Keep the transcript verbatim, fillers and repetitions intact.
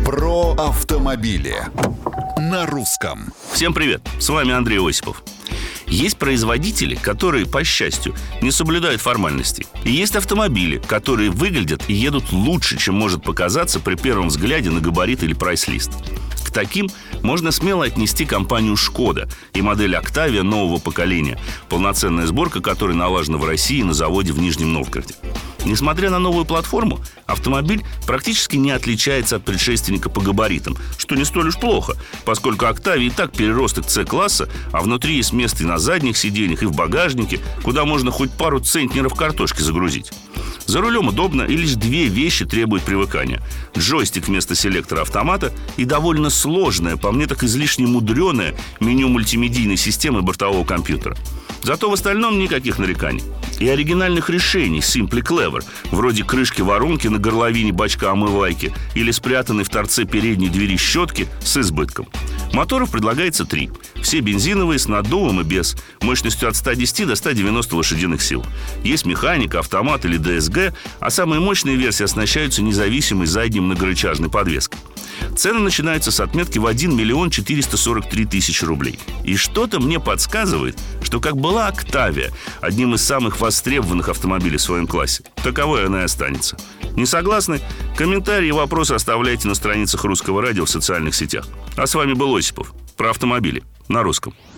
Про автомобили на русском. Всем привет, с вами Андрей Осипов. Есть производители, которые, по счастью, не соблюдают формальностей. И есть автомобили, которые выглядят и едут лучше, чем может показаться при первом взгляде на габарит или прайс-лист. К таким можно смело отнести компанию «Шкода» и модель «Октавия» нового поколения, полноценная сборка которой налажена в России на заводе в Нижнем Новгороде. Несмотря на новую платформу, автомобиль практически не отличается от предшественника по габаритам, что не столь уж плохо, поскольку «Октавия» и так переросток С-класса, а внутри есть место и на задних сиденьях, и в багажнике, куда можно хоть пару центнеров картошки загрузить. За рулем удобно, и лишь две вещи требуют привыкания: джойстик вместо селектора автомата и довольно сложное, по мне так излишне мудреное меню мультимедийной системы бортового компьютера. Зато в остальном никаких нареканий. И оригинальных решений Simply Clever, вроде крышки-воронки на горловине бачка омывайки или спрятанной в торце передней двери щетки, с избытком. Моторов предлагается три. Все бензиновые, с наддувом и без, мощностью от ста десяти до ста девяноста лошадиных сил. Есть механика, автомат или ДСГ, а самые мощные версии оснащаются независимой задней многорычажной подвеской. Цены начинаются с отметки в один миллион четыреста сорок три тысячи рублей. И что-то мне подсказывает, что как была «Октавия» одним из самых востребованных автомобилей в своем классе, таковой она и останется. Не согласны? Комментарии и вопросы оставляйте на страницах Русского радио в социальных сетях. А с вами был Осипов. Про автомобили на русском.